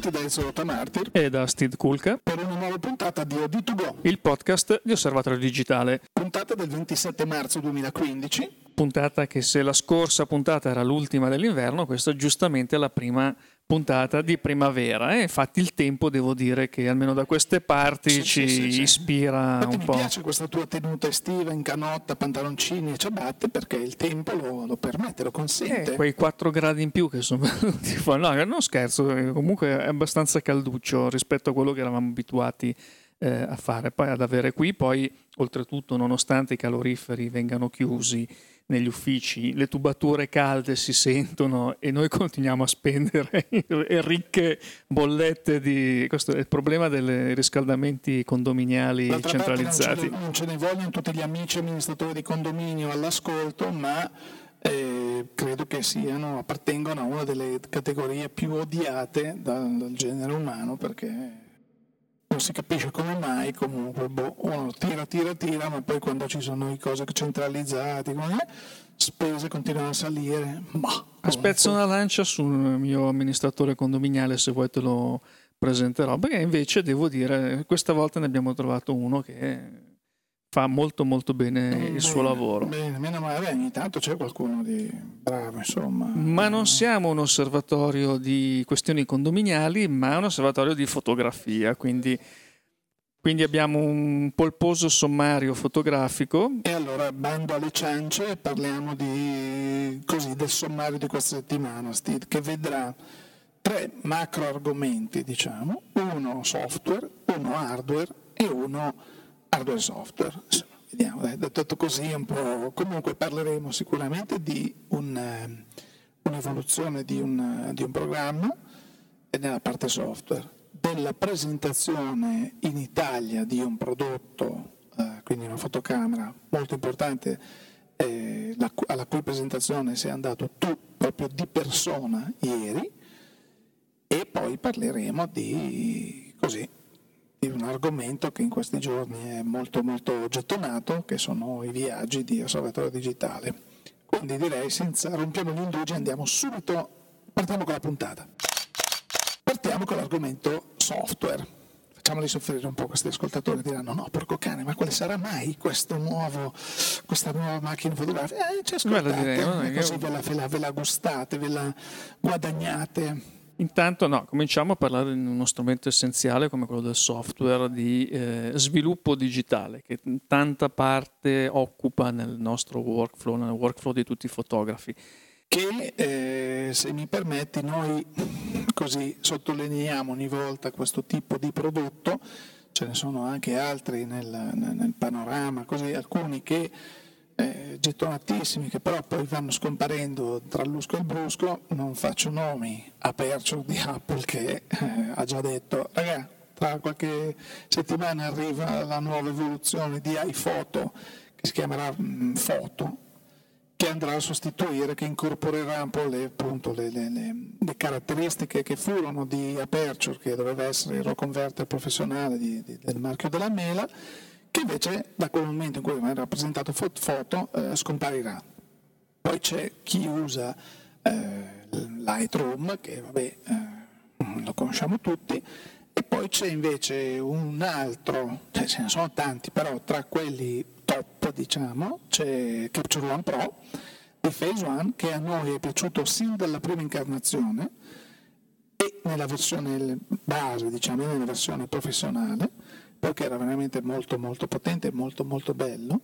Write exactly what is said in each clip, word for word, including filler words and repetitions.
Benvenuti da Enzo Rotamartir e da Steve Kulka per una nuova puntata di O D due Go, il podcast di Osservatorio Digitale. Puntata del ventisette marzo duemilaquindici. Puntata che, se la scorsa puntata era l'ultima dell'inverno, questa giustamente è la prima puntata di primavera. E infatti il tempo, devo dire che almeno da queste parti Sì, ci sì, sì, sì. ispira Infatti un mi po'. piace questa tua tenuta estiva in canotta, pantaloncini e ciabatte, perché il tempo lo, lo permette, lo consente. Eh, quei quattro gradi in più che sono venuti fuori. No, non scherzo, eh, comunque è abbastanza calduccio rispetto a quello che eravamo abituati eh, a fare, poi ad avere qui. Poi oltretutto, nonostante i caloriferi vengano chiusi negli uffici, le tubature calde si sentono e noi continuiamo a spendere ricche bollette di... Questo è il problema dei riscaldamenti condominiali D'altra centralizzati. parte non ce, ne, non ce ne vogliono tutti gli amici amministratori di condominio all'ascolto, ma eh, credo che siano, appartengono a una delle categorie più odiate dal, dal genere umano, perché non si capisce come mai. Comunque boh, uno tira, tira, tira, ma poi quando ci sono le cose centralizzate, come spese continuano a salire. Ma Spezzo una lancia sul mio amministratore condominiale, se vuoi te lo presenterò, perché invece devo dire, questa volta ne abbiamo trovato uno che fa molto molto bene il bene, suo lavoro. Bene, meno male, ogni tanto c'è qualcuno di bravo, insomma. Ma non siamo un osservatorio di questioni condominiali, ma un osservatorio di fotografia, quindi, quindi abbiamo un polposo sommario fotografico. E allora, bando alle ciance, parliamo di, così, del sommario di questa settimana, Steve, che vedrà tre macro argomenti, diciamo, uno software, uno hardware e uno hardware software. Insomma, vediamo, dai, detto così un po'. Comunque parleremo sicuramente di un, un'evoluzione di un, di un programma e nella parte software, della presentazione in Italia di un prodotto, eh, quindi una fotocamera molto importante, eh, la, alla cui presentazione sei andato tu proprio di persona ieri, e poi parleremo di così di un argomento che in questi giorni è molto molto gettonato, che sono i viaggi di Osservatorio Digitale. Quindi direi, senza rompiamo gli indugi, andiamo subito, partiamo con la puntata. Partiamo con l'argomento software. Facciamoli soffrire un po' questi ascoltatori, diranno: no, porco cane, ma quale sarà mai questo nuovo, questa nuova macchina fotografica? Eh, ci ascoltate, direi, così ve la, ve, la, ve la gustate, ve la guadagnate. Intanto no, cominciamo a parlare di uno strumento essenziale come quello del software di eh, sviluppo digitale, che tanta parte occupa nel nostro workflow, nel workflow di tutti i fotografi. Che, eh, se mi permetti, noi così sottolineiamo ogni volta questo tipo di prodotto. Ce ne sono anche altri nel, nel panorama, così, alcuni che eh, gettonatissimi, che però poi vanno scomparendo tra l'usco e il brusco. Non faccio nomi, Aperture di Apple, che eh, ha già detto: raga, tra qualche settimana arriva la nuova evoluzione di iPhoto, che si chiamerà mh, Photo, che andrà a sostituire, che incorporerà un po' le, appunto, le, le, le, le caratteristiche che furono di Aperture, che doveva essere il raw converter professionale di, di, del marchio della mela, che invece da quel momento in cui era presentato Photo eh, scomparirà. Poi c'è chi usa eh, Lightroom, che vabbè eh, lo conosciamo tutti, e poi c'è invece un altro, cioè ce ne sono tanti, però tra quelli top, diciamo, c'è Capture One Pro di Phase One, che a noi è piaciuto sin dalla prima incarnazione e nella versione base, diciamo, nella versione professionale, perché era veramente molto molto potente e molto molto bello,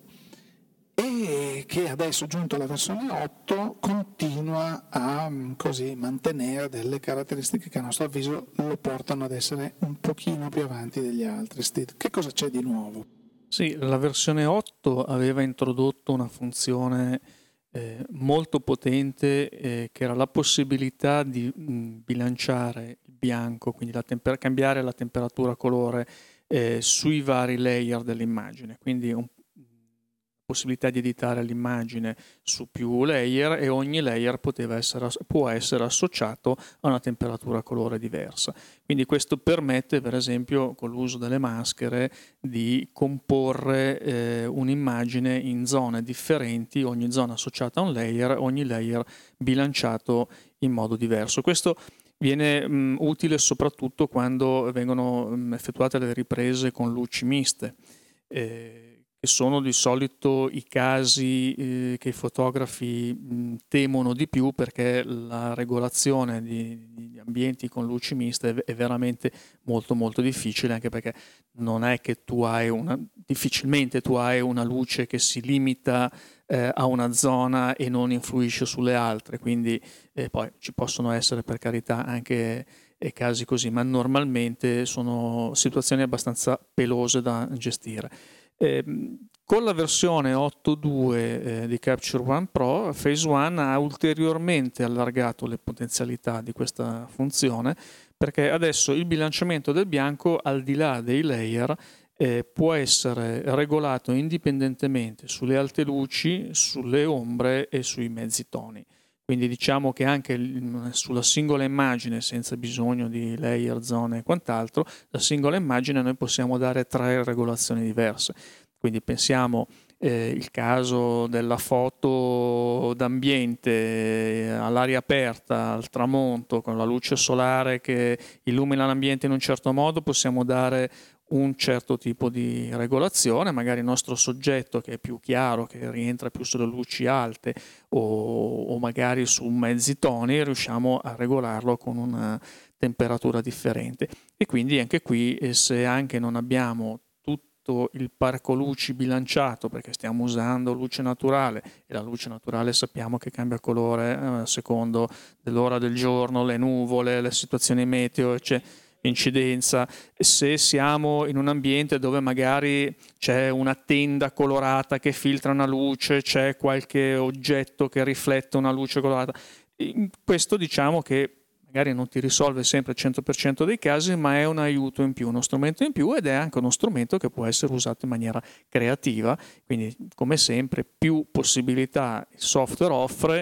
e che adesso, giunto alla versione otto, continua a così mantenere delle caratteristiche che a nostro avviso lo portano ad essere un pochino più avanti degli altri. Steve, che cosa c'è di nuovo? Sì, la versione otto aveva introdotto una funzione eh, molto potente, eh, che era la possibilità di mh, bilanciare il bianco, quindi la temper- cambiare la temperatura colore eh, sui vari layer dell'immagine, quindi un possibilità di editare l'immagine su più layer, e ogni layer poteva essere, può essere associato a una temperatura colore diversa. Quindi questo permette, per esempio, con l'uso delle maschere, di comporre eh, un'immagine in zone differenti, ogni zona associata a un layer, ogni layer bilanciato in modo diverso. Questo viene mh, utile soprattutto quando vengono mh, effettuate le riprese con luci miste, eh, che sono di solito i casi eh, che i fotografi mh, temono di più, perché la regolazione di, di ambienti con luci miste è, è veramente molto molto difficile, anche perché non è che tu hai una, difficilmente tu hai una luce che si limita eh, a una zona e non influisce sulle altre, quindi eh, poi ci possono essere per carità anche eh, casi così, ma normalmente sono situazioni abbastanza pelose da gestire. Eh, con la versione otto punto due eh, di Capture One Pro, Phase One ha ulteriormente allargato le potenzialità di questa funzione, perché adesso il bilanciamento del bianco, al di là dei layer, eh, può essere regolato indipendentemente sulle alte luci, sulle ombre e sui mezzi toni. Quindi diciamo che anche sulla singola immagine, senza bisogno di layer, zone e quant'altro, la singola immagine noi possiamo dare tre regolazioni diverse. Quindi pensiamo eh, il caso della foto d'ambiente eh, all'aria aperta, al tramonto, con la luce solare che illumina l'ambiente in un certo modo, possiamo dare un certo tipo di regolazione, magari il nostro soggetto che è più chiaro, che rientra più sulle luci alte o, o magari su mezzi toni, riusciamo a regolarlo con una temperatura differente. E quindi anche qui, eh, se anche non abbiamo tutto il parco luci bilanciato, perché stiamo usando luce naturale, e la luce naturale sappiamo che cambia colore eh, a secondo dell'ora del giorno, le nuvole, le situazioni meteo, eccetera, incidenza, se siamo in un ambiente dove magari c'è una tenda colorata che filtra una luce, c'è qualche oggetto che riflette una luce colorata, in questo diciamo che magari non ti risolve sempre il cento per cento dei casi, ma è un aiuto in più, uno strumento in più, ed è anche uno strumento che può essere usato in maniera creativa. Quindi, come sempre, più possibilità il software offre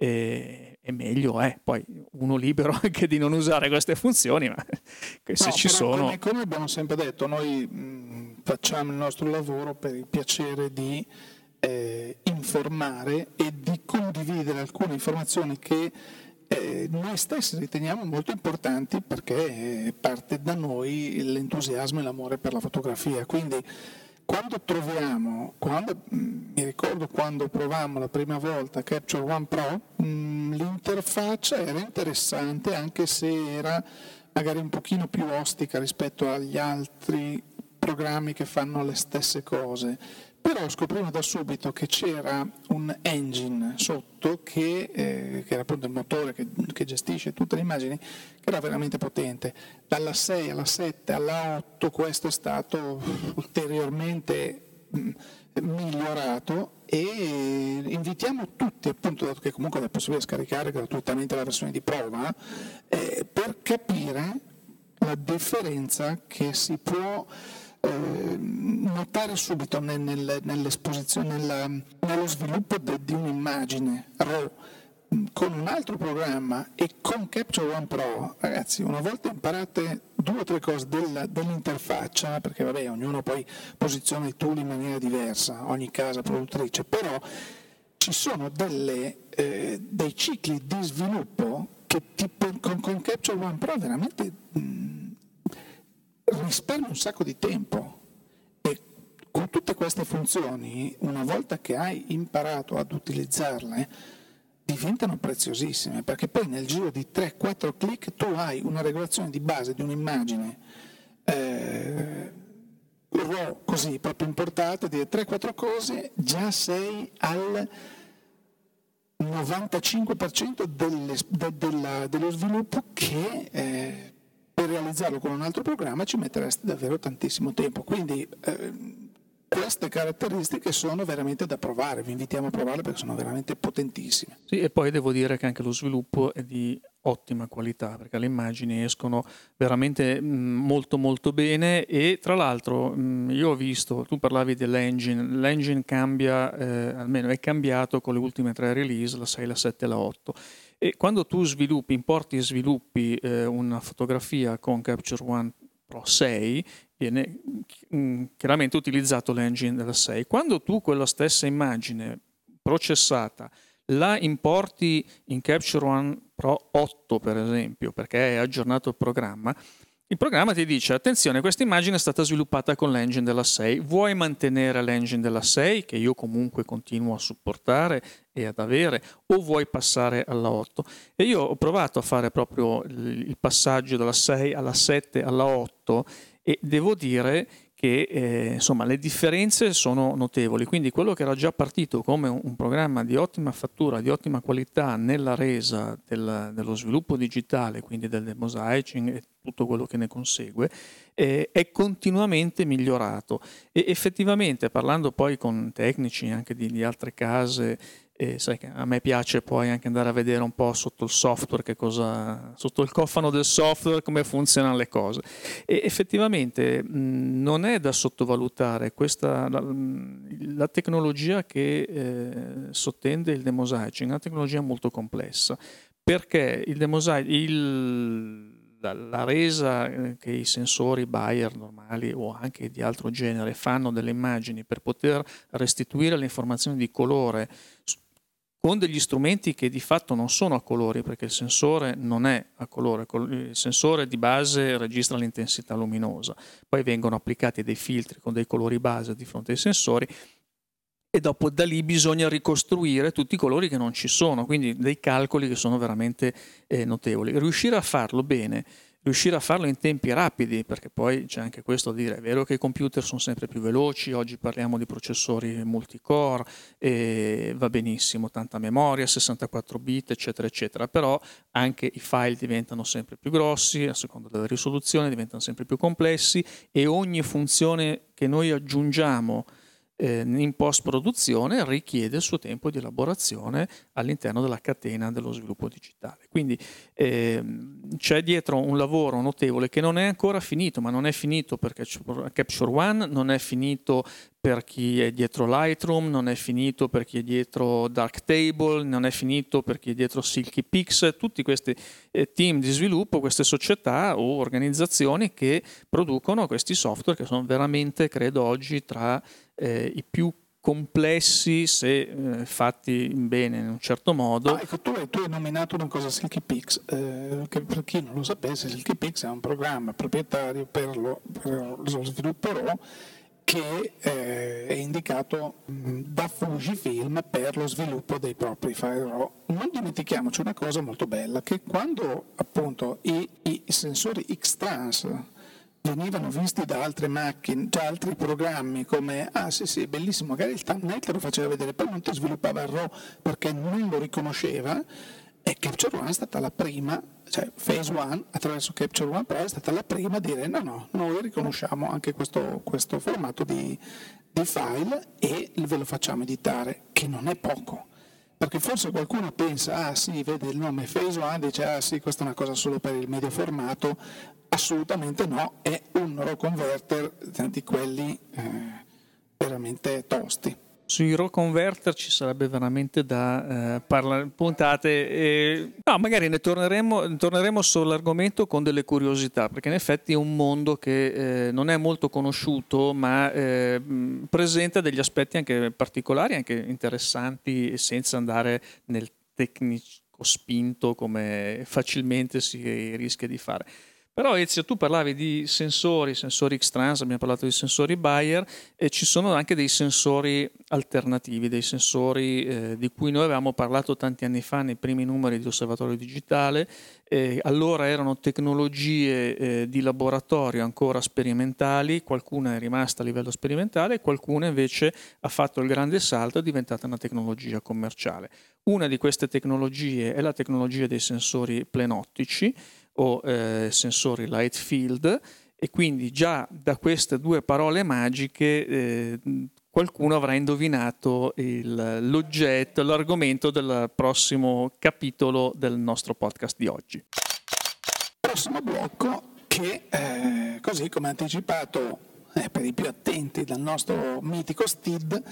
e, e meglio è. Poi uno libero anche di non usare queste funzioni, ma se no, ci però sono... Come, come abbiamo sempre detto, noi mh, facciamo il nostro lavoro per il piacere di eh, informare e di condividere alcune informazioni che Eh, noi stessi riteniamo molto importanti, perché eh, parte da noi l'entusiasmo e l'amore per la fotografia. Quindi quando troviamo, quando, mh, mi ricordo quando provammo la prima volta Capture One Pro, mh, l'interfaccia era interessante, anche se era magari un pochino più ostica rispetto agli altri programmi che fanno le stesse cose. Però scopriamo da subito che c'era un engine sotto che, eh, che era appunto il motore che, che gestisce tutte le immagini, che era veramente potente. Dalla sei alla sette alla otto questo è stato ulteriormente mh, migliorato, e invitiamo tutti, appunto, dato che comunque è possibile scaricare gratuitamente la versione di prova, eh, per capire la differenza che si può Eh, notare subito nel, nel, nell'esposizione, nella, nello sviluppo de, di un'immagine RAW con un altro programma e con Capture One Pro. Ragazzi, una volta imparate due o tre cose della, dell'interfaccia, perché vabbè, ognuno poi posiziona i tool in maniera diversa, ogni casa produttrice, però ci sono delle, eh, dei cicli di sviluppo che tipo, con, con Capture One Pro veramente mh, risparmi un sacco di tempo. E con tutte queste funzioni, una volta che hai imparato ad utilizzarle, diventano preziosissime, perché poi nel giro di tre quattro clic tu hai una regolazione di base di un'immagine eh, RAW, così proprio importata, di tre quattro cose, già sei al novantacinque per cento delle, de, della, dello sviluppo che eh, per realizzarlo con un altro programma ci metteresti davvero tantissimo tempo. Quindi eh, queste caratteristiche sono veramente da provare, vi invitiamo a provarle perché sono veramente potentissime. Sì, e poi devo dire che anche lo sviluppo è di ottima qualità, perché le immagini escono veramente mh, molto molto bene. E tra l'altro mh, io ho visto, tu parlavi dell'engine, l'engine cambia, eh, almeno è cambiato con le ultime tre release, la sei, la sette e la otto. E quando tu sviluppi, importi e sviluppi eh, una fotografia con Capture One Pro sei, viene mh, chiaramente utilizzato l'engine della sei. Quando tu quella stessa immagine processata la importi in Capture One Pro otto per esempio, perché è aggiornato il programma, il programma ti dice: attenzione, questa immagine è stata sviluppata con l'engine della sei, vuoi mantenere l'engine della sei, che io comunque continuo a supportare e ad avere, o vuoi passare alla otto? E io ho provato a fare proprio il passaggio dalla sei alla sette alla otto e devo dire che eh, insomma le differenze sono notevoli, quindi quello che era già partito come un, un programma di ottima fattura, di ottima qualità nella resa del, dello sviluppo digitale, quindi del mosaicing e tutto quello che ne consegue, eh, è continuamente migliorato e effettivamente, parlando poi con tecnici anche di, di altre case, e sai che a me piace poi anche andare a vedere un po' sotto il software, che cosa, sotto il cofano del software, come funzionano le cose. E effettivamente mh, non è da sottovalutare questa, la, la tecnologia che eh, sottende il demosaicing, è una tecnologia molto complessa, perché il demosaicing, il la resa che i sensori Bayer normali o anche di altro genere fanno delle immagini per poter restituire le informazioni di colore con degli strumenti che di fatto non sono a colori, perché il sensore non è a colore, il sensore di base registra l'intensità luminosa, poi vengono applicati dei filtri con dei colori base di fronte ai sensori e dopo da lì bisogna ricostruire tutti i colori che non ci sono, quindi dei calcoli che sono veramente eh, notevoli. Riuscire a farlo bene, riuscire a farlo in tempi rapidi, perché poi c'è anche questo da dire, è vero che i computer sono sempre più veloci, oggi parliamo di processori multicore, e va benissimo, tanta memoria, sessantaquattro bit, eccetera, eccetera, però anche i file diventano sempre più grossi, a seconda della risoluzione diventano sempre più complessi e ogni funzione che noi aggiungiamo in post-produzione richiede il suo tempo di elaborazione all'interno della catena dello sviluppo digitale. Quindi eh, c'è dietro un lavoro notevole che non è ancora finito, ma non è finito perché Capture One, non è finito per chi è dietro Lightroom, non è finito per chi è dietro Darktable, non è finito per chi è dietro Silky Pix, tutti questi eh, team di sviluppo, queste società o organizzazioni che producono questi software che sono veramente, credo, oggi tra eh, i più complessi se eh, fatti bene in un certo modo. Ah, ecco, tu, tu hai nominato una cosa, Silky Pix, eh, che per chi non lo sapesse, Silky Pix è un programma proprietario per lo, per lo sviluppo RAW che eh, è indicato mh, da Fujifilm per lo sviluppo dei propri file RAW. Non dimentichiamoci una cosa molto bella, che quando appunto i, i sensori X-Trans venivano visti da altre macchine, da altri programmi come, ah sì sì, bellissimo, magari il thumbnail te lo faceva vedere, poi non ti sviluppava il RAW perché non lo riconosceva, e Capture One è stata la prima, cioè Phase One attraverso Capture One Pro è stata la prima a dire no no, noi riconosciamo anche questo, questo formato di, di file e ve lo facciamo editare, che non è poco. Perché forse qualcuno pensa, ah sì, vede il nome Phase One, dice, ah sì, questa è una cosa solo per il medio formato. Assolutamente no, è un RAW converter di quelli eh, veramente tosti. Sui RAW converter ci sarebbe veramente da eh, parlare, puntate, e, no, magari ne torneremo, torneremo sull'argomento con delle curiosità, perché in effetti è un mondo che eh, non è molto conosciuto, ma eh, presenta degli aspetti anche particolari, anche interessanti, senza andare nel tecnico spinto come facilmente si rischia di fare. Però Ezio, tu parlavi di sensori, sensori X-Trans, abbiamo parlato di sensori Bayer, e ci sono anche dei sensori alternativi, dei sensori eh, di cui noi avevamo parlato tanti anni fa nei primi numeri di Osservatorio Digitale. Eh, allora erano tecnologie eh, di laboratorio ancora sperimentali, qualcuna è rimasta a livello sperimentale, qualcuna invece ha fatto il grande salto e è diventata una tecnologia commerciale. Una di queste tecnologie è la tecnologia dei sensori plenottici, o eh, sensori light field, e quindi già da queste due parole magiche eh, qualcuno avrà indovinato il, l'oggetto, l'argomento del prossimo capitolo del nostro podcast di oggi. Prossimo blocco che, eh, così come anticipato eh, per i più attenti dal nostro mitico S T I D,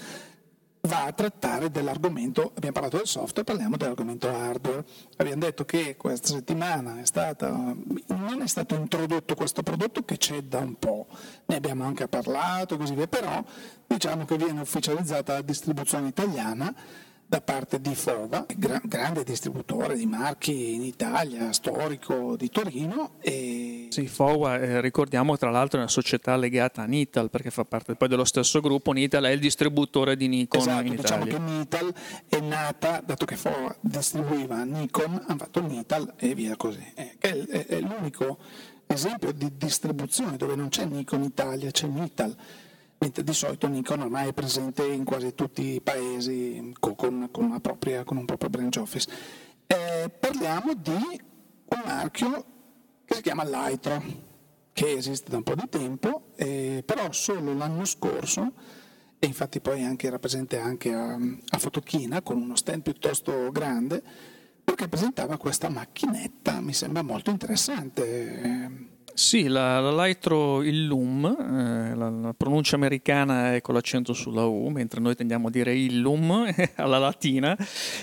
va a trattare dell'argomento, abbiamo parlato del software, parliamo dell'argomento hardware. Abbiamo detto che questa settimana è stata, non è stato introdotto questo prodotto che c'è da un po', ne abbiamo anche parlato e così via, però diciamo che viene ufficializzata la distribuzione italiana da parte di Fova, gra- grande distributore di marchi in Italia, storico di Torino. E... Sì, Fova, eh, ricordiamo tra l'altro è una società legata a Nital, perché fa parte poi dello stesso gruppo. Nital è il distributore di Nikon esatto, in diciamo Italia. che Nital è nata, dato che Fova distribuiva Nikon, hanno fatto Nital e via così. Eh, è, è, è l'unico esempio di distribuzione dove non c'è Nikon Italia, c'è Nital. Mentre di solito Nikon ormai è presente in quasi tutti i paesi con, con, una propria, con un proprio branch office. Eh, parliamo di un marchio che si chiama Lytro, che esiste da un po' di tempo, eh, però solo l'anno scorso, e infatti poi anche, era presente anche a, a Fotochina con uno stand piuttosto grande, perché presentava questa macchinetta, mi sembra molto interessante. Sì, la, la Lytro Illum, eh, la, la pronuncia americana è con l'accento sulla U, mentre noi tendiamo a dire Illum alla latina.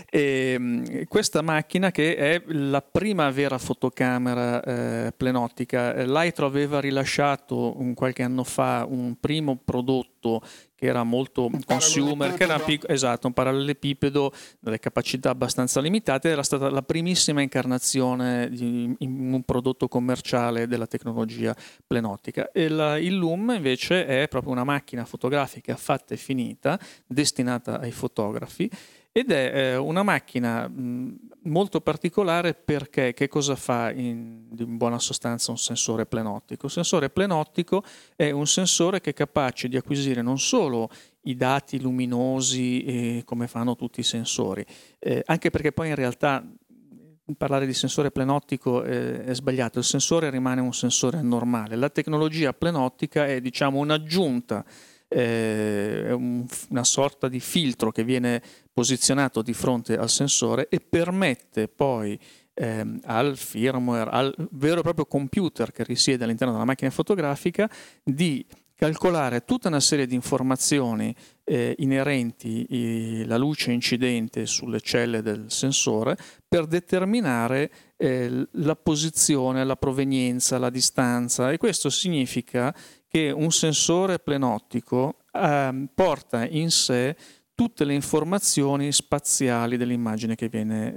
E, questa macchina, che è la prima vera fotocamera eh, plenottica, Lytro aveva rilasciato un, qualche anno fa un primo prodotto che era molto un consumer, che era un pic- esatto, un parallelepipedo dalle capacità abbastanza limitate. Era stata la primissima incarnazione di in un prodotto commerciale della tecnologia plenottica. E la Illum invece è proprio una macchina fotografica fatta e finita, destinata ai fotografi, ed è eh, una macchina mh, molto particolare, perché che cosa fa in, in buona sostanza un sensore plenottico? Un sensore plenottico è un sensore che è capace di acquisire non solo i dati luminosi eh, come fanno tutti i sensori, eh, anche perché poi in realtà parlare di sensore plenottico eh, è sbagliato. Il sensore rimane un sensore normale. La tecnologia plenottica è, diciamo, un'aggiunta, eh, è un, una sorta di filtro che viene posizionato di fronte al sensore e permette poi ehm, al firmware, al vero e proprio computer che risiede all'interno della macchina fotografica, di calcolare tutta una serie di informazioni eh, inerenti alla luce incidente sulle celle del sensore, per determinare eh, la posizione, la provenienza, la distanza. E questo significa che un sensore plenottico eh, porta in sé tutte le informazioni spaziali dell'immagine che viene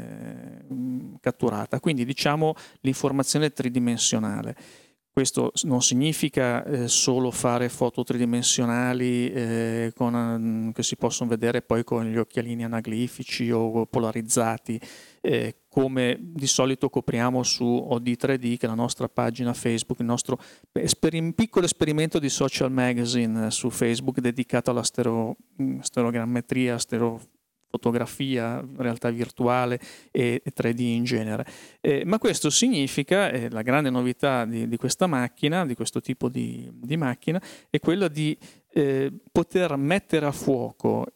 eh, catturata, quindi diciamo l'informazione tridimensionale. Questo non significa eh, solo fare foto tridimensionali eh, con, che si possono vedere poi con gli occhialini anaglifici o polarizzati, eh, come di solito copriamo su O D tre D, che è la nostra pagina Facebook, il nostro esperim- piccolo esperimento di social magazine su Facebook dedicato alla stero- stereogrammetria, stero fotografia, realtà virtuale e tre D in genere. Eh, ma questo significa, eh, la grande novità di, di questa macchina, di questo tipo di, di macchina, è quella di eh, poter mettere a fuoco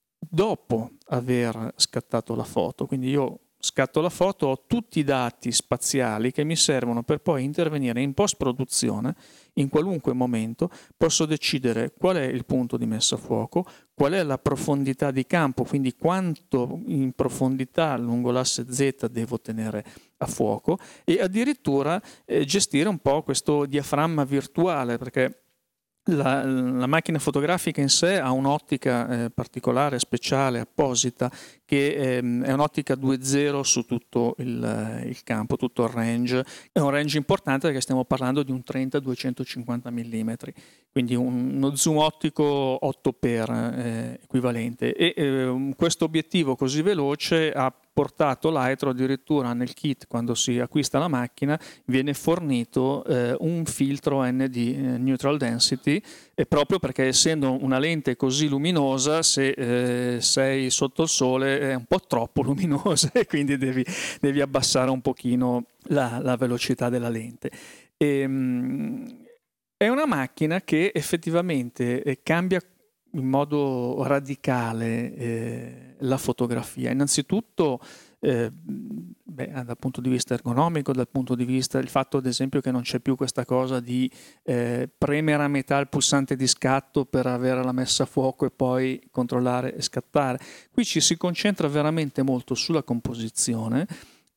dopo aver scattato la foto. Quindi io scatto la foto, ho tutti i dati spaziali che mi servono per poi intervenire in post-produzione in qualunque momento. Posso decidere qual è il punto di messa a fuoco, qual è la profondità di campo, quindi quanto in profondità lungo l'asse Z devo tenere a fuoco, e addirittura eh, gestire un po' questo diaframma virtuale, perché La, la macchina fotografica in sé ha un'ottica eh, particolare, speciale, apposita, che ehm, è un'ottica due zero su tutto il, il campo, tutto il range. È un range importante perché stiamo parlando di un trenta duecentocinquanta millimetri, quindi un, uno zoom ottico otto per eh, equivalente. E eh, questo obiettivo così veloce ha portato Lytro addirittura nel kit, quando si acquista la macchina, viene fornito eh, un filtro N D, eh, Neutral Density, e proprio perché essendo una lente così luminosa, se eh, sei sotto il sole è un po' troppo luminosa e quindi devi, devi abbassare un pochino la, la velocità della lente. E, mh, è una macchina che effettivamente eh, cambia in modo radicale eh, la fotografia. Innanzitutto eh, beh, dal punto di vista ergonomico, dal punto di vista del fatto ad esempio che non c'è più questa cosa di eh, premere a metà il pulsante di scatto per avere la messa a fuoco e poi controllare e scattare. Qui ci si concentra veramente molto sulla composizione,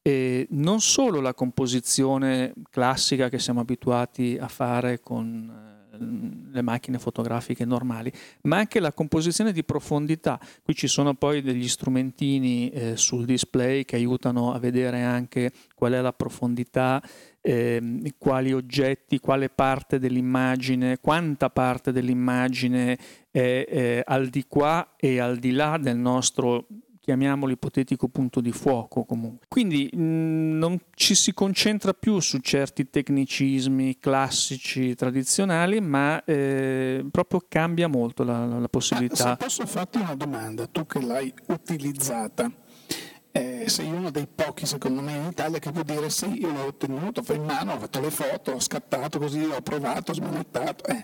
e non solo la composizione classica che siamo abituati a fare con le macchine fotografiche normali, ma anche la composizione di profondità. Qui ci sono poi degli strumentini eh, sul display che aiutano a vedere anche qual è la profondità, eh, quali oggetti, quale parte dell'immagine, quanta parte dell'immagine è eh, al di qua e al di là del nostro, chiamiamolo ipotetico, punto di fuoco comunque. Quindi mh, non ci si concentra più su certi tecnicismi classici, tradizionali, ma eh, proprio cambia molto la, la possibilità. Ah, se posso farti una domanda, tu che l'hai utilizzata, eh, sei uno dei pochi secondo me in Italia che può dire sì, io l'ho ottenuto, ho in mano, ho fatto le foto, ho scattato così, ho provato, ho smanettato. Eh.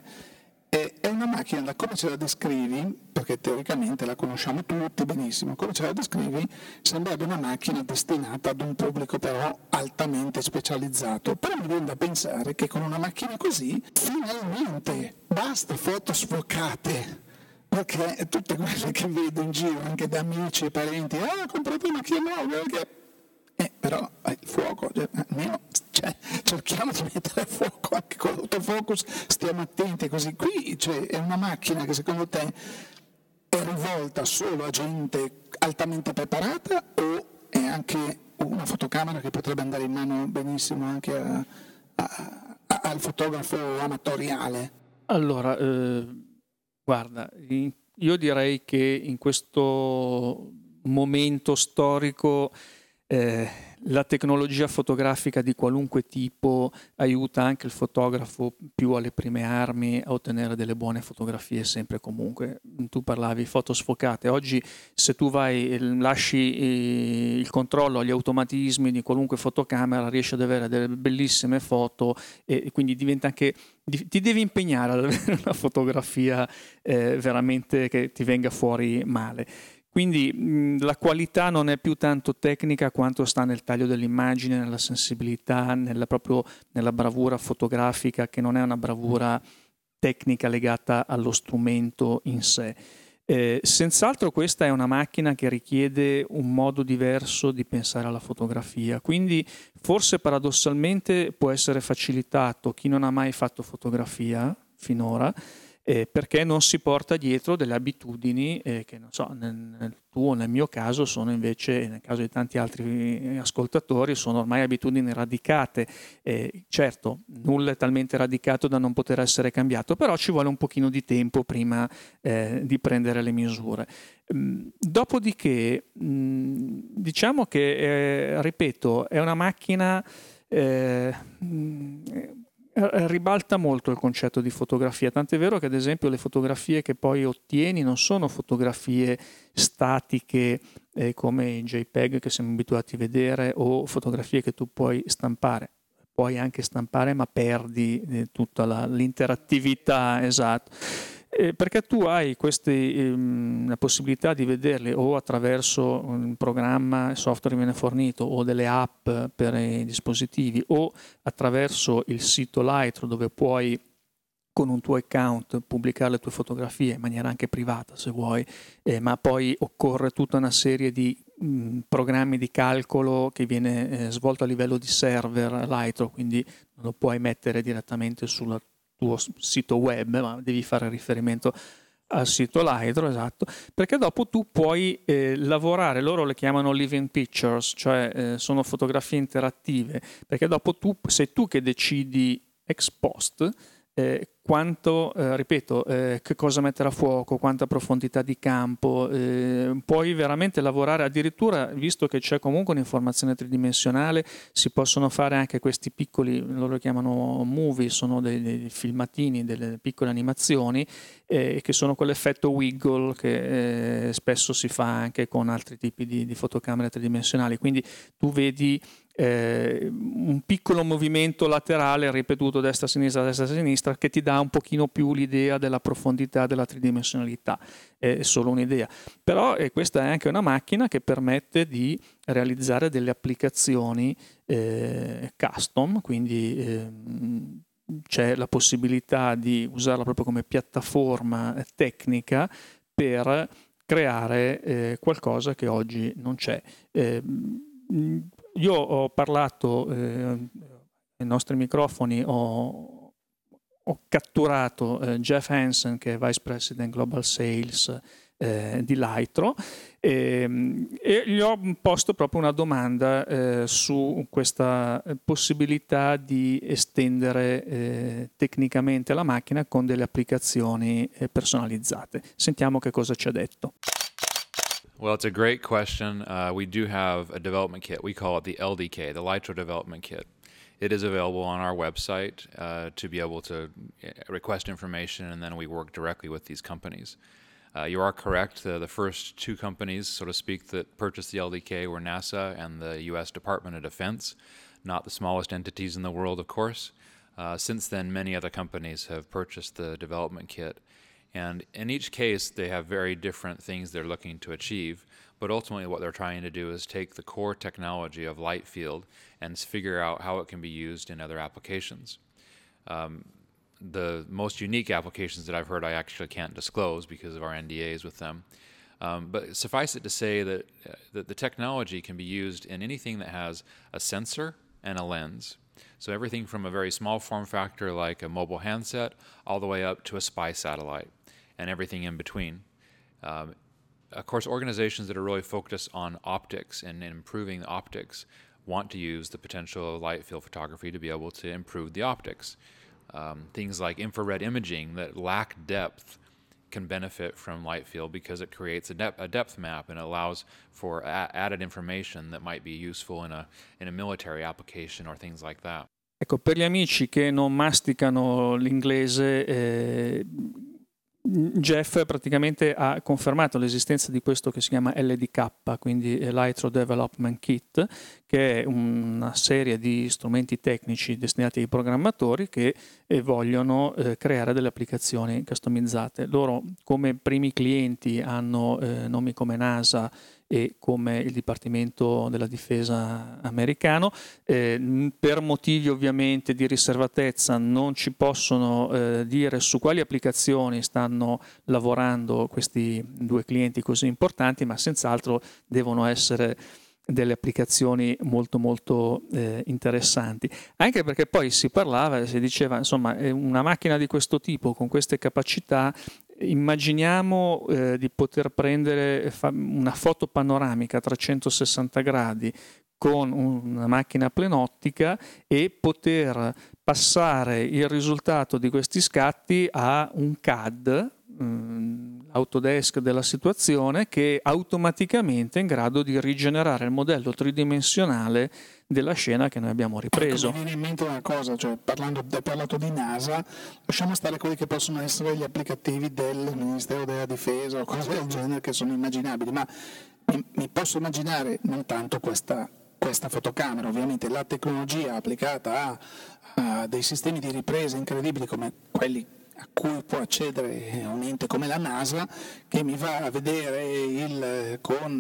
È una macchina, da come ce la descrivi, perché teoricamente la conosciamo tutti benissimo, come ce la descrivi sembrerebbe una macchina destinata ad un pubblico però altamente specializzato. Però mi viene da pensare che con una macchina così finalmente basta foto sfocate, perché tutte quelle che vedo in giro anche da amici e parenti, ah, comprate una macchina nuova, perché... Eh, però eh, il fuoco, cioè, almeno cioè, cerchiamo di mettere a fuoco anche con l'autofocus, stiamo attenti così. Qui cioè, è una macchina che secondo te è rivolta solo a gente altamente preparata o è anche una fotocamera che potrebbe andare in mano benissimo anche a, a, a, al fotografo amatoriale? Allora, eh, guarda, io direi che in questo momento storico Eh, la tecnologia fotografica di qualunque tipo aiuta anche il fotografo più alle prime armi a ottenere delle buone fotografie sempre e comunque. Tu parlavi foto sfocate, oggi se tu vai lasci eh, il controllo agli automatismi di qualunque fotocamera riesci ad avere delle bellissime foto e quindi diventa anche, ti devi impegnare ad avere una fotografia eh, veramente che ti venga fuori male. Quindi mh, la qualità non è più tanto tecnica quanto sta nel taglio dell'immagine, nella sensibilità, nella, proprio nella bravura fotografica, che non è una bravura tecnica legata allo strumento in sé. Eh, senz'altro questa è una macchina che richiede un modo diverso di pensare alla fotografia, quindi forse paradossalmente può essere facilitato chi non ha mai fatto fotografia finora, Eh, perché non si porta dietro delle abitudini eh, che non so, nel, nel tuo, nel mio caso sono invece, nel caso di tanti altri ascoltatori, sono ormai abitudini radicate. Eh, certo, nulla è talmente radicato da non poter essere cambiato, però ci vuole un pochino di tempo prima eh, di prendere le misure. Mm, dopodiché, mm, diciamo che, eh, ripeto, è una macchina... Eh, mm, ribalta molto il concetto di fotografia, tant'è vero che ad esempio le fotografie che poi ottieni non sono fotografie statiche eh, come i JPEG che siamo abituati a vedere o fotografie che tu puoi stampare, puoi anche stampare ma perdi eh, tutta la, l'interattività, esatto. Eh, perché tu hai queste, ehm, la possibilità di vederle o attraverso un programma, il software viene fornito, o delle app per i dispositivi, o attraverso il sito Lightroom dove puoi con un tuo account pubblicare le tue fotografie in maniera anche privata se vuoi, eh, ma poi occorre tutta una serie di mh, programmi di calcolo che viene eh, svolto a livello di server Lightroom, quindi non lo puoi mettere direttamente sulla tuo sito web, ma devi fare riferimento al sito Lightroom, esatto, perché dopo tu puoi eh, lavorare, loro le chiamano living pictures, cioè eh, sono fotografie interattive, perché dopo tu sei tu che decidi ex post eh, quanto, eh, ripeto, eh, che cosa mettere a fuoco, quanta profondità di campo, eh, puoi veramente lavorare, addirittura visto che c'è comunque un'informazione tridimensionale, si possono fare anche questi piccoli, loro chiamano movie, sono dei, dei filmatini, delle piccole animazioni, eh, che sono quell'effetto wiggle che eh, spesso si fa anche con altri tipi di, di fotocamere tridimensionali, quindi tu vedi Eh, un piccolo movimento laterale ripetuto destra-sinistra, destra-sinistra che ti dà un pochino più l'idea della profondità della tridimensionalità, è solo un'idea, però eh, questa è anche una macchina che permette di realizzare delle applicazioni eh, custom, quindi eh, c'è la possibilità di usarla proprio come piattaforma tecnica per creare eh, qualcosa che oggi non c'è. Eh, io ho parlato eh, ai nostri microfoni, ho, ho catturato eh, Jeff Hansen, che è Vice President Global Sales eh, di Lytro, e, e gli ho posto proprio una domanda eh, su questa possibilità di estendere eh, tecnicamente la macchina con delle applicazioni eh, personalizzate. Sentiamo che cosa ci ha detto. Well, it's a great question. Uh, we do have a development kit. We call it the L D K, the Lytro Development Kit. It is available on our website uh, to be able to request information, and then we work directly with these companies. Uh, you are correct. Uh, the first two companies, so to speak, that purchased the L D K were NASA and the U S Department of Defense, not the smallest entities in the world, of course. Uh, since then, many other companies have purchased the development kit. And in each case, they have very different things they're looking to achieve. But ultimately, what they're trying to do is take the core technology of light field and figure out how it can be used in other applications. Um, the most unique applications that I've heard I actually can't disclose because of our N D As with them. Um, but suffice it to say that, uh, that the technology can be used in anything that has a sensor and a lens. So everything from a very small form factor like a mobile handset all the way up to a spy satellite and everything in between. Um, of course, organizations that are really focused on optics and improving the optics want to use the potential of light field photography to be able to improve the optics. Um, things like infrared imaging that lack depth can benefit from light field because it creates a, depth, a depth map and allows for a- added information that might be useful in a, in a military application or things like that. Ecco, per gli amici che non masticano l'inglese, eh, Jeff praticamente ha confermato l'esistenza di questo che si chiama L D K, quindi Lytro Development Kit, che è una serie di strumenti tecnici destinati ai programmatori che eh, vogliono eh, creare delle applicazioni customizzate. Loro come primi clienti hanno eh, nomi come NASA e come il Dipartimento della Difesa americano. Eh, per motivi ovviamente di riservatezza non ci possono eh, dire su quali applicazioni stanno lavorando questi due clienti così importanti, ma senz'altro devono essere delle applicazioni molto molto eh, interessanti, anche perché poi si parlava, si diceva, insomma, una macchina di questo tipo con queste capacità, immaginiamo eh, di poter prendere fa- una foto panoramica a trecentosessanta gradi con una macchina plenottica e poter passare il risultato di questi scatti a un C A D, Autodesk della situazione, che automaticamente è in grado di rigenerare il modello tridimensionale della scena che noi abbiamo ripreso. Ecco, mi viene in mente una cosa, cioè parlando, hai parlato di NASA, lasciamo stare quelli che possono essere gli applicativi del Ministero della Difesa o cose del genere che sono immaginabili, ma mi, mi posso immaginare non tanto questa, questa fotocamera, ovviamente la tecnologia applicata a, a dei sistemi di ripresa incredibili come quelli a cui può accedere un ente come la NASA, che mi va a vedere il, con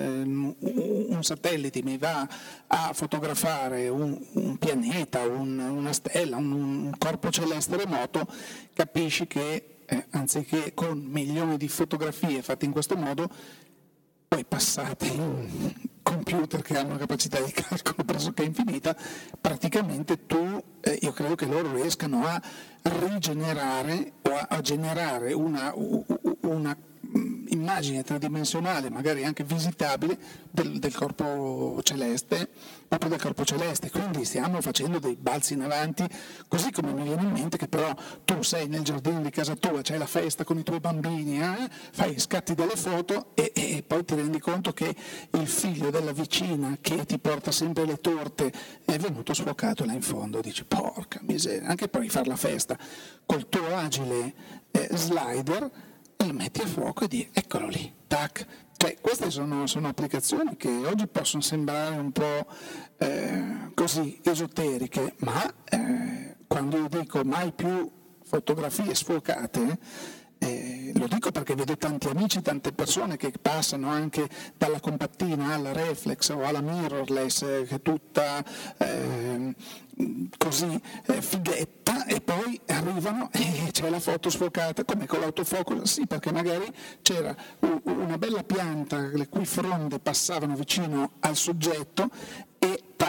eh, un satellite, mi va a fotografare un, un pianeta, un, una stella, un, un corpo celeste remoto, capisci che eh, anziché con milioni di fotografie fatte in questo modo, poi passate in computer che hanno una capacità di calcolo pressoché infinita, praticamente tu, eh, io credo che loro riescano a rigenerare o a, a generare una, una immagine tridimensionale, magari anche visitabile, del, del corpo celeste, proprio del corpo celeste. Quindi stiamo facendo dei balzi in avanti, così come mi viene in mente che però tu sei nel giardino di casa tua, c'è la festa con i tuoi bambini, eh? Fai scatti delle foto e, e poi ti rendi conto che il figlio della vicina che ti porta sempre le torte è venuto sfocato là in fondo, dici porca miseria, anche per rifare la festa col tuo agile eh, slider lo metti a fuoco e dici eccolo lì, tac. Cioè, queste sono, sono applicazioni che oggi possono sembrare un po' eh, così esoteriche, ma eh, quando io dico mai più fotografie sfocate, eh, lo dico perché vedo tanti amici, tante persone che passano anche dalla compattina alla reflex o alla mirrorless, eh, che è tutta eh, così eh, fighetta, e poi arrivano e c'è la foto sfocata come con l'autofocus, sì, perché magari c'era una bella pianta le cui fronde passavano vicino al soggetto e tac,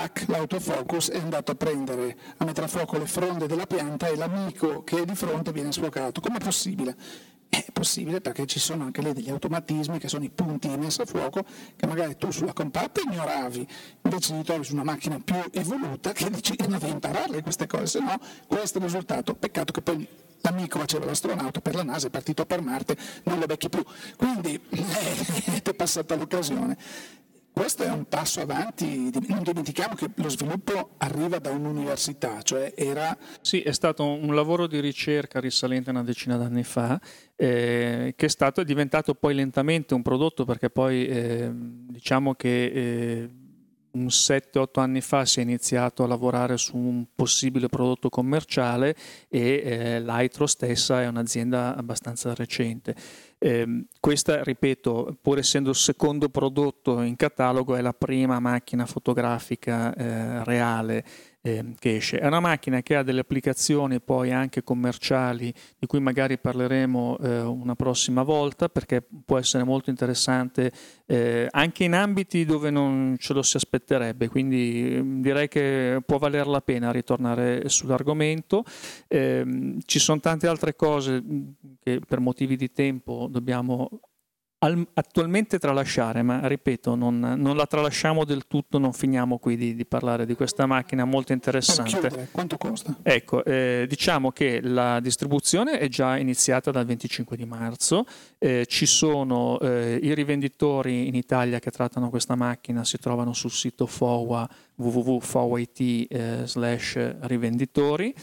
tac, l'autofocus è andato a prendere, a mettere a fuoco le fronde della pianta e l'amico che è di fronte viene sfocato. Com'è possibile? È possibile perché ci sono anche lì degli automatismi che sono i punti di messa a fuoco che magari tu sulla compatta ignoravi, invece ti trovi su una macchina più evoluta che dici no, devi impararle queste cose, se no questo è il risultato. Peccato che poi l'amico faceva l'astronauta per la NASA, è partito per Marte, non lo becchi più, quindi eh, ti è passata l'occasione. Questo è un passo avanti, non dimentichiamo che lo sviluppo arriva da un'università, cioè era... Sì, è stato un lavoro di ricerca risalente una decina d'anni fa, eh, che è stato è diventato poi lentamente un prodotto, perché poi eh, diciamo che eh, un sette otto anni fa si è iniziato a lavorare su un possibile prodotto commerciale e eh, l'Aitro stessa è un'azienda abbastanza recente. Eh, questa, ripeto, pur essendo il secondo prodotto in catalogo, è la prima macchina fotografica eh, reale eh, che esce. È una macchina che ha delle applicazioni poi anche commerciali, di cui magari parleremo eh, una prossima volta, perché può essere molto interessante eh, anche in ambiti dove non ce lo si aspetterebbe, quindi eh, direi che può valer la pena ritornare sull'argomento. Eh, ci sono tante altre cose che per motivi di tempo dobbiamo al, attualmente tralasciare, ma ripeto, non, non la tralasciamo del tutto, non finiamo qui di, di parlare di questa macchina molto interessante. Per chiudere, quanto costa? Ecco, eh, diciamo che la distribuzione è già iniziata dal venticinque di marzo, eh, ci sono eh, i rivenditori in Italia che trattano questa macchina, si trovano sul sito F O A w w w punto f o a punto i t eh, slash rivenditori.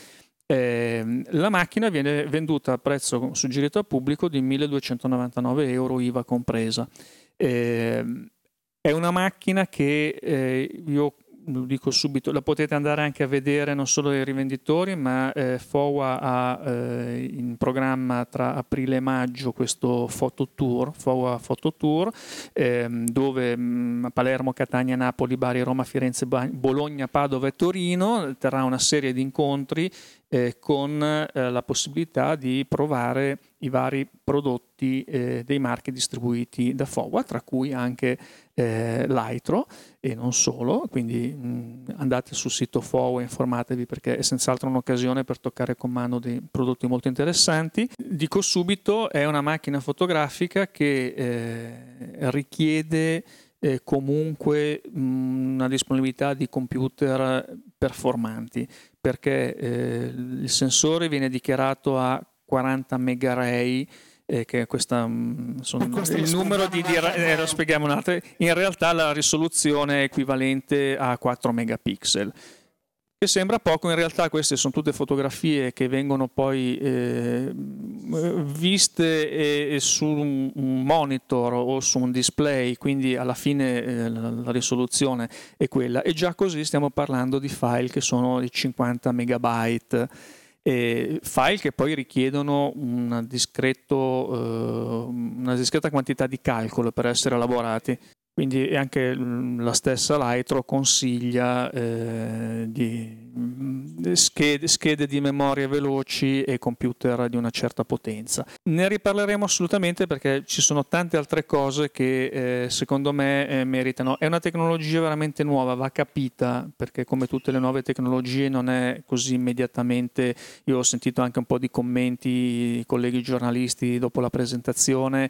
Eh, la macchina viene venduta a prezzo suggerito al pubblico di milleduecentonovantanove euro I V A compresa. Eh, è una macchina che eh, io lo dico subito, la potete andare anche a vedere non solo ai rivenditori, ma eh, F O A ha eh, in programma tra aprile e maggio questo fototour, F O A Fototour, eh, dove mh, Palermo, Catania, Napoli, Bari, Roma, Firenze, Bologna, Padova e Torino terrà una serie di incontri eh, con eh, la possibilità di provare i vari prodotti eh, dei marchi distribuiti da F O A, tra cui anche eh, l'Aitro e non solo, quindi mh, andate sul sito F O A e informatevi, perché è senz'altro un'occasione per toccare con mano dei prodotti molto interessanti. Dico subito, è una macchina fotografica che eh, richiede eh, comunque mh, una disponibilità di computer performanti, perché eh, il sensore viene dichiarato a quaranta megaray, eh, che questa sono il numero di, di eh, lo spieghiamo un attimo. In realtà la risoluzione è equivalente a quattro megapixel, che sembra poco. In realtà queste sono tutte fotografie che vengono poi eh, viste e, e su un, un monitor o su un display, quindi alla fine eh, la, la risoluzione è quella, e già così stiamo parlando di file che sono di cinquanta megabyte. E file che poi richiedono una, discreto, eh, una discreta quantità di calcolo per essere elaborati. Quindi anche la stessa Lytro consiglia eh, di schede, schede di memoria veloci e computer di una certa potenza. Ne riparleremo assolutamente, perché ci sono tante altre cose che eh, secondo me eh, meritano. È una tecnologia veramente nuova, va capita, perché come tutte le nuove tecnologie non è così immediatamente. Io ho sentito anche un po' di commenti di colleghi giornalisti dopo la presentazione,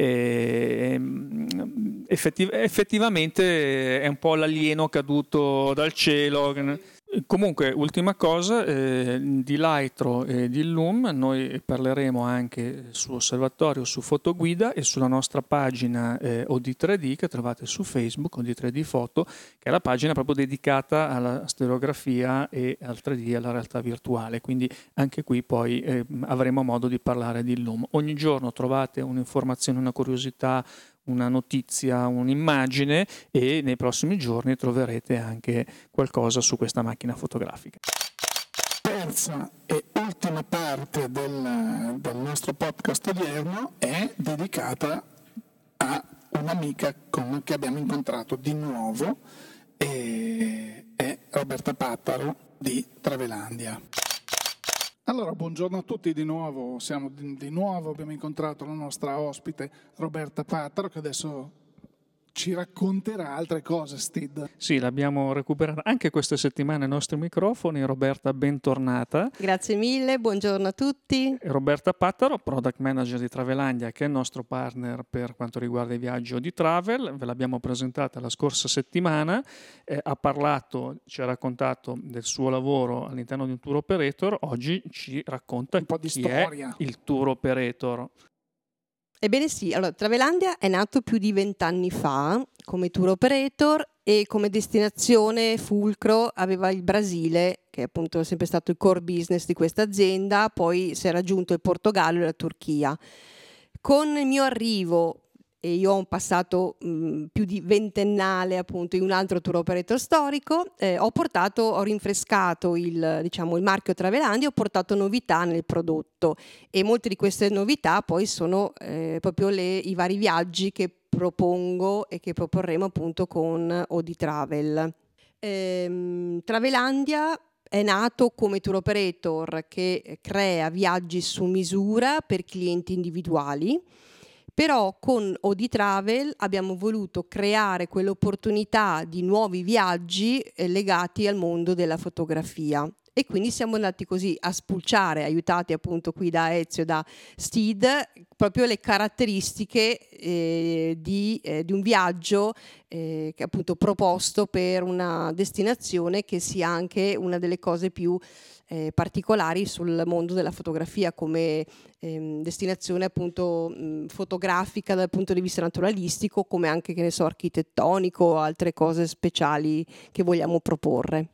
e effettivamente effettivamente è un po' l'alieno caduto dal cielo. Comunque, ultima cosa, eh, di Lytro e di Illum noi parleremo anche su Osservatorio, su Fotoguida e sulla nostra pagina eh, O D tre D che trovate su Facebook, O D tre D Foto, che è la pagina proprio dedicata alla stereografia e al tre D, alla realtà virtuale. Quindi anche qui poi eh, avremo modo di parlare di Illum. Ogni giorno trovate un'informazione, una curiosità, una notizia, un'immagine, e nei prossimi giorni troverete anche qualcosa su questa macchina fotografica. Terza e ultima parte del, del nostro podcast odierno è dedicata a un'amica con, che abbiamo incontrato di nuovo, e è Roberta Pattaro di Travelandia. Allora, buongiorno a tutti di nuovo, siamo di, di nuovo, abbiamo incontrato la nostra ospite Roberta Pattaro, che adesso ci racconterà altre cose, Steve. Sì, l'abbiamo recuperata anche questa settimana ai nostri microfoni. Roberta, bentornata. Grazie mille, buongiorno a tutti. Roberta Pattaro, Product Manager di Travelandia, che è il nostro partner per quanto riguarda i viaggi o di travel. Ve l'abbiamo presentata la scorsa settimana, eh, ha parlato, ci ha raccontato del suo lavoro all'interno di un tour operator. Oggi ci racconta un po' di chi storia. È il tour operator. Ebbene sì, allora Travelandia è nato più di vent'anni fa come tour operator e come destinazione fulcro aveva il Brasile, che appunto è sempre stato il core business di questa azienda, poi si è raggiunto il Portogallo e la Turchia. Con il mio arrivo, e io ho un passato mh, più di ventennale appunto in un altro tour operator storico, eh, ho portato, ho rinfrescato il, diciamo, il marchio Travelandia, ho portato novità nel prodotto e molte di queste novità poi sono eh, proprio le, i vari viaggi che propongo e che proporremo appunto con Odi Travel. Ehm, Travelandia è nato come tour operator che crea viaggi su misura per clienti individuali. Però con Odi Travel abbiamo voluto creare quell'opportunità di nuovi viaggi eh, legati al mondo della fotografia. E quindi siamo andati così a spulciare, aiutati appunto qui da Ezio, da Steed, proprio le caratteristiche eh, di, eh, di un viaggio eh, che appunto proposto per una destinazione che sia anche una delle cose più eh, particolari sul mondo della fotografia come ehm, destinazione appunto mh, fotografica dal punto di vista naturalistico, come anche, che ne so, architettonico o altre cose speciali che vogliamo proporre.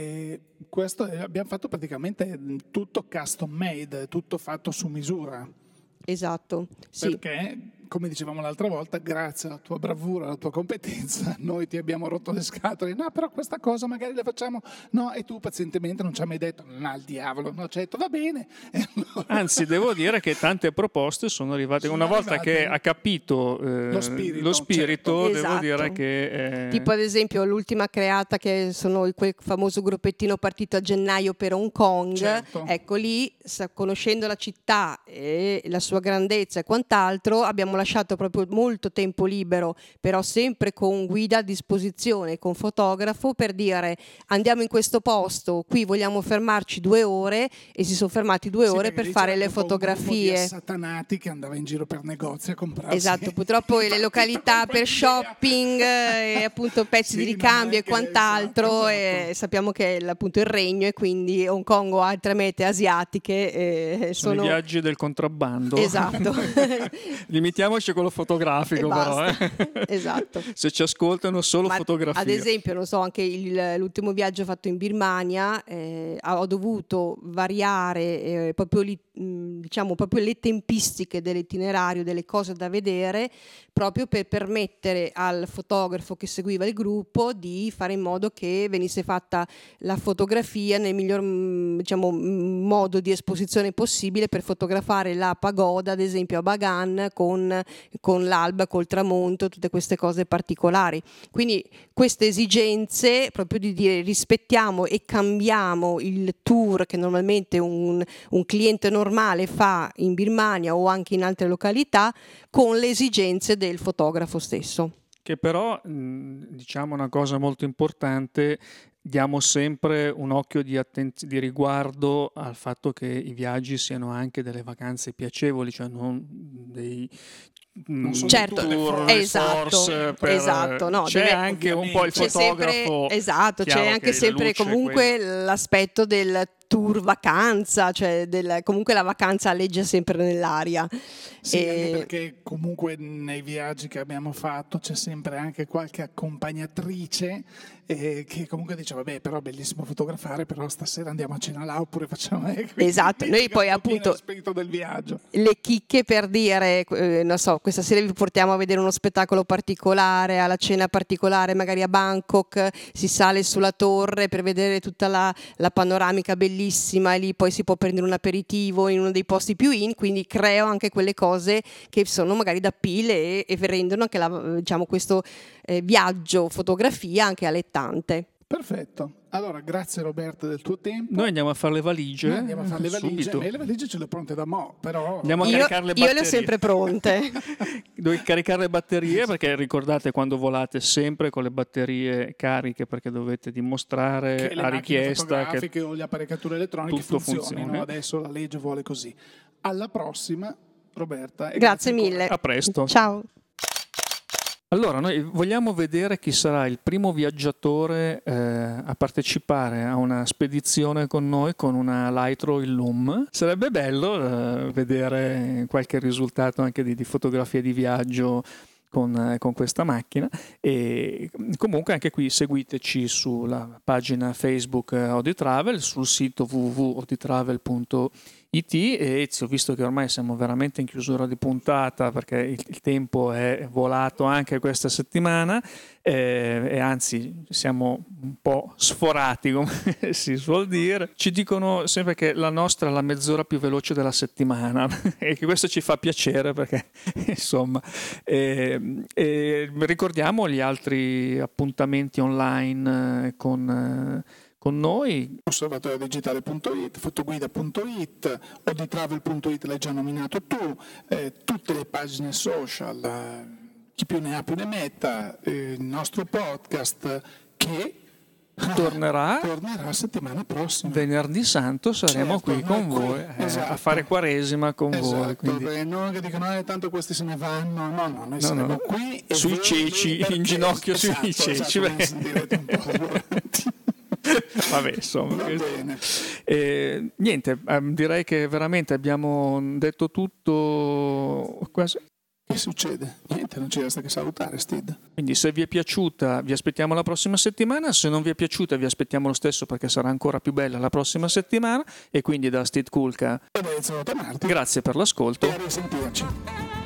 E questo abbiamo fatto praticamente tutto custom made, tutto fatto su misura. Esatto, sì. Perché, come dicevamo l'altra volta, grazie alla tua bravura, alla tua competenza, noi ti abbiamo rotto le scatole. No, però questa cosa magari la facciamo. No, e tu pazientemente non ci hai mai detto, no, al diavolo, no, ci hai detto, va bene. E allora... Anzi, devo dire che tante proposte sono arrivate. Sono Una volta arrivate. che ha capito eh, lo spirito, lo spirito certo. devo Esatto. dire che... Eh... Tipo ad esempio l'ultima creata, che sono quel famoso gruppettino partito a gennaio per Hong Kong. Certo. Ecco lì, conoscendo la città e la sua grandezza e quant'altro, abbiamo lasciato proprio molto tempo libero, però sempre con guida a disposizione, con fotografo, per dire andiamo in questo posto, qui vogliamo fermarci due ore, e si sono fermati due Sì, ore per fare le fotografie. Un satanati che andava in giro per negozi a comprarsi. Esatto, purtroppo le località per shopping e appunto pezzi Sì, di ricambio e che, quant'altro, esatto, e sappiamo che è appunto il regno, e quindi Hong Kong o altre mete asiatiche eh, sono, sono i viaggi del contrabbando. Esatto. Limitiamoci a quello fotografico, E però eh. Esatto. Se ci ascoltano solo Ma fotografie. ad esempio, non so, anche il, l'ultimo viaggio fatto in Birmania, eh, ho dovuto variare eh, proprio, li, mh, diciamo, proprio le tempistiche dell'itinerario, delle cose da vedere, proprio per permettere al fotografo che seguiva il gruppo di fare in modo che venisse fatta la fotografia nel miglior mh, diciamo, modo di esposizione possibile, per fotografare la pagoda, ad esempio a Bagan, con, con l'alba, col tramonto, tutte queste cose particolari. Quindi queste esigenze, proprio di dire rispettiamo e cambiamo il tour che normalmente un, un cliente normale fa in Birmania o anche in altre località, con le esigenze del fotografo stesso. Che però, diciamo una cosa molto importante, diamo sempre un occhio di, attenz- di riguardo al fatto che i viaggi siano anche delle vacanze piacevoli, cioè non dei non sono certo, tour, esatto, per, esatto, no, c'è deve, anche un po' il c'è fotografo, sempre, esatto, c'è anche sempre comunque l'aspetto del tour vacanza, cioè del, comunque la vacanza alleggia sempre nell'aria. Sì, e... anche perché comunque nei viaggi che abbiamo fatto c'è sempre anche qualche accompagnatrice eh, che comunque dice vabbè, però è bellissimo fotografare, però stasera andiamo a cena là oppure facciamo eh, esatto, noi poi appunto lo spirito del viaggio, le chicche per dire eh, non so, questa sera vi portiamo a vedere uno spettacolo particolare, alla cena particolare magari a Bangkok, si sale sulla torre per vedere tutta la, la panoramica bellissima, e lì poi si può prendere un aperitivo in uno dei posti più in, quindi creo anche quelle cose che sono magari da pile e, e rendono anche la, diciamo, questo eh, viaggio fotografia anche allettante. Perfetto, allora grazie Roberta del tuo tempo. Noi andiamo a fare le valigie. Noi andiamo a fare le valigie, subito. e le valigie ce le ho pronte da mo', però Andiamo a Io, caricare le io batterie. le ho sempre pronte. Devi caricare le batterie, perché ricordate, quando volate sempre con le batterie cariche, perché dovete dimostrare che le a macchine richiesta fotografiche che o le apparecchiature elettroniche tutto funzionino. funziona. Adesso la legge vuole così. Alla prossima, Roberta. E Grazie ancora. mille. a presto. Ciao. Allora, noi vogliamo vedere chi sarà il primo viaggiatore eh, a partecipare a una spedizione con noi con una Lytro Illum. Sarebbe bello eh, vedere qualche risultato anche di, di fotografie di viaggio con, eh, con questa macchina. E comunque anche qui seguiteci sulla pagina Facebook eh, Auditravel, sul sito w w w punto auditravel punto it. E Ezio, visto che ormai siamo veramente in chiusura di puntata, perché il, il tempo è volato anche questa settimana, eh, e anzi siamo un po' sforati, come si suol dire, ci dicono sempre che la nostra è la mezz'ora più veloce della settimana e che questo ci fa piacere, perché insomma eh, eh, ricordiamo gli altri appuntamenti online eh, con eh, con noi. osservatorio digitale punto it, fotoguida punto it, auditravel punto it l'hai già nominato tu, eh, tutte le pagine social, eh, chi più ne ha più ne metta, eh, il nostro podcast che Tornerà tornerà settimana prossima. venerdì santo, saremo Certo, qui con noi qui, voi eh, esatto. a fare quaresima con Esatto, voi, quindi perché non che dicono eh, tanto questi se ne vanno, no no, noi No, saremo no. qui e Sui voi- ceci, perché- in ginocchio sui esatto, ceci, esatto, beh. ne sentirete un po' più avanti. vabbè, insomma. Va questo- bene. Eh, niente, ehm, direi che veramente abbiamo detto tutto quasi. Che succede? Niente, non ci resta che salutare, Steve. Quindi se vi è piaciuta vi aspettiamo la prossima settimana, se non vi è piaciuta vi aspettiamo lo stesso, perché sarà ancora più bella la prossima settimana. E quindi da Steve Kulka E da Ezio Tamarti. grazie per l'ascolto. E a risentirci.